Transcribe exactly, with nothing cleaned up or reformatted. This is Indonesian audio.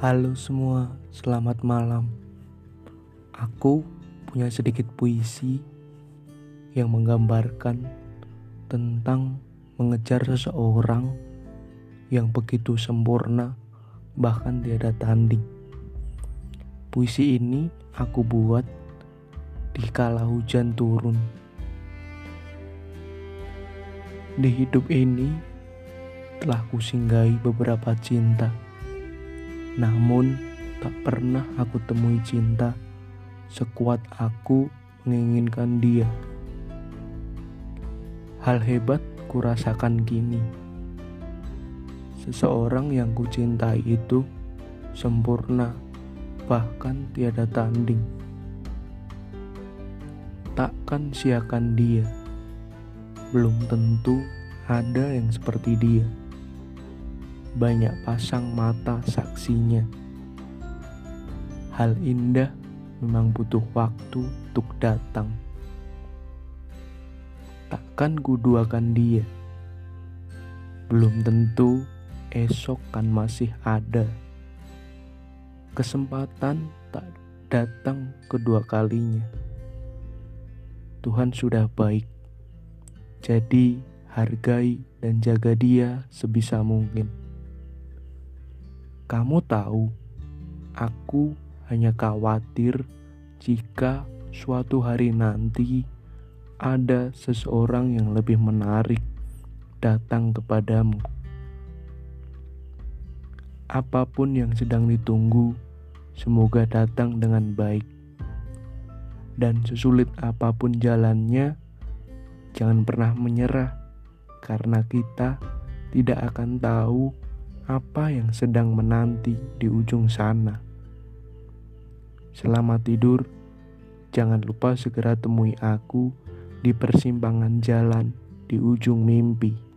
Halo semua, selamat malam. Aku punya sedikit puisi yang menggambarkan tentang mengejar seseorang yang begitu sempurna, bahkan tiada tanding. Puisi ini aku buat di kala hujan turun. Di hidup ini telah kusinggahi beberapa cinta, namun tak pernah aku temui cinta sekuat aku menginginkan dia. Hal hebat kurasakan kini. Seseorang yang kucintai itu sempurna, bahkan tiada tanding. Takkan siakan dia. Belum tentu ada yang seperti dia. Banyak pasang mata saksinya. Hal indah memang butuh waktu untuk datang. Takkan kuduakan dia. Belum tentu esok kan masih ada. Kesempatan tak datang kedua kalinya. Tuhan sudah baik. Jadi hargai dan jaga dia sebisa mungkin. Kamu tahu, aku hanya khawatir jika suatu hari nanti ada seseorang yang lebih menarik datang kepadamu. Apapun yang sedang ditunggu, semoga datang dengan baik. Dan sesulit apapun jalannya, jangan pernah menyerah, karena kita tidak akan tahu apa yang sedang menanti di ujung sana. Selamat tidur. Jangan lupa segera temui aku di persimpangan jalan di ujung mimpi.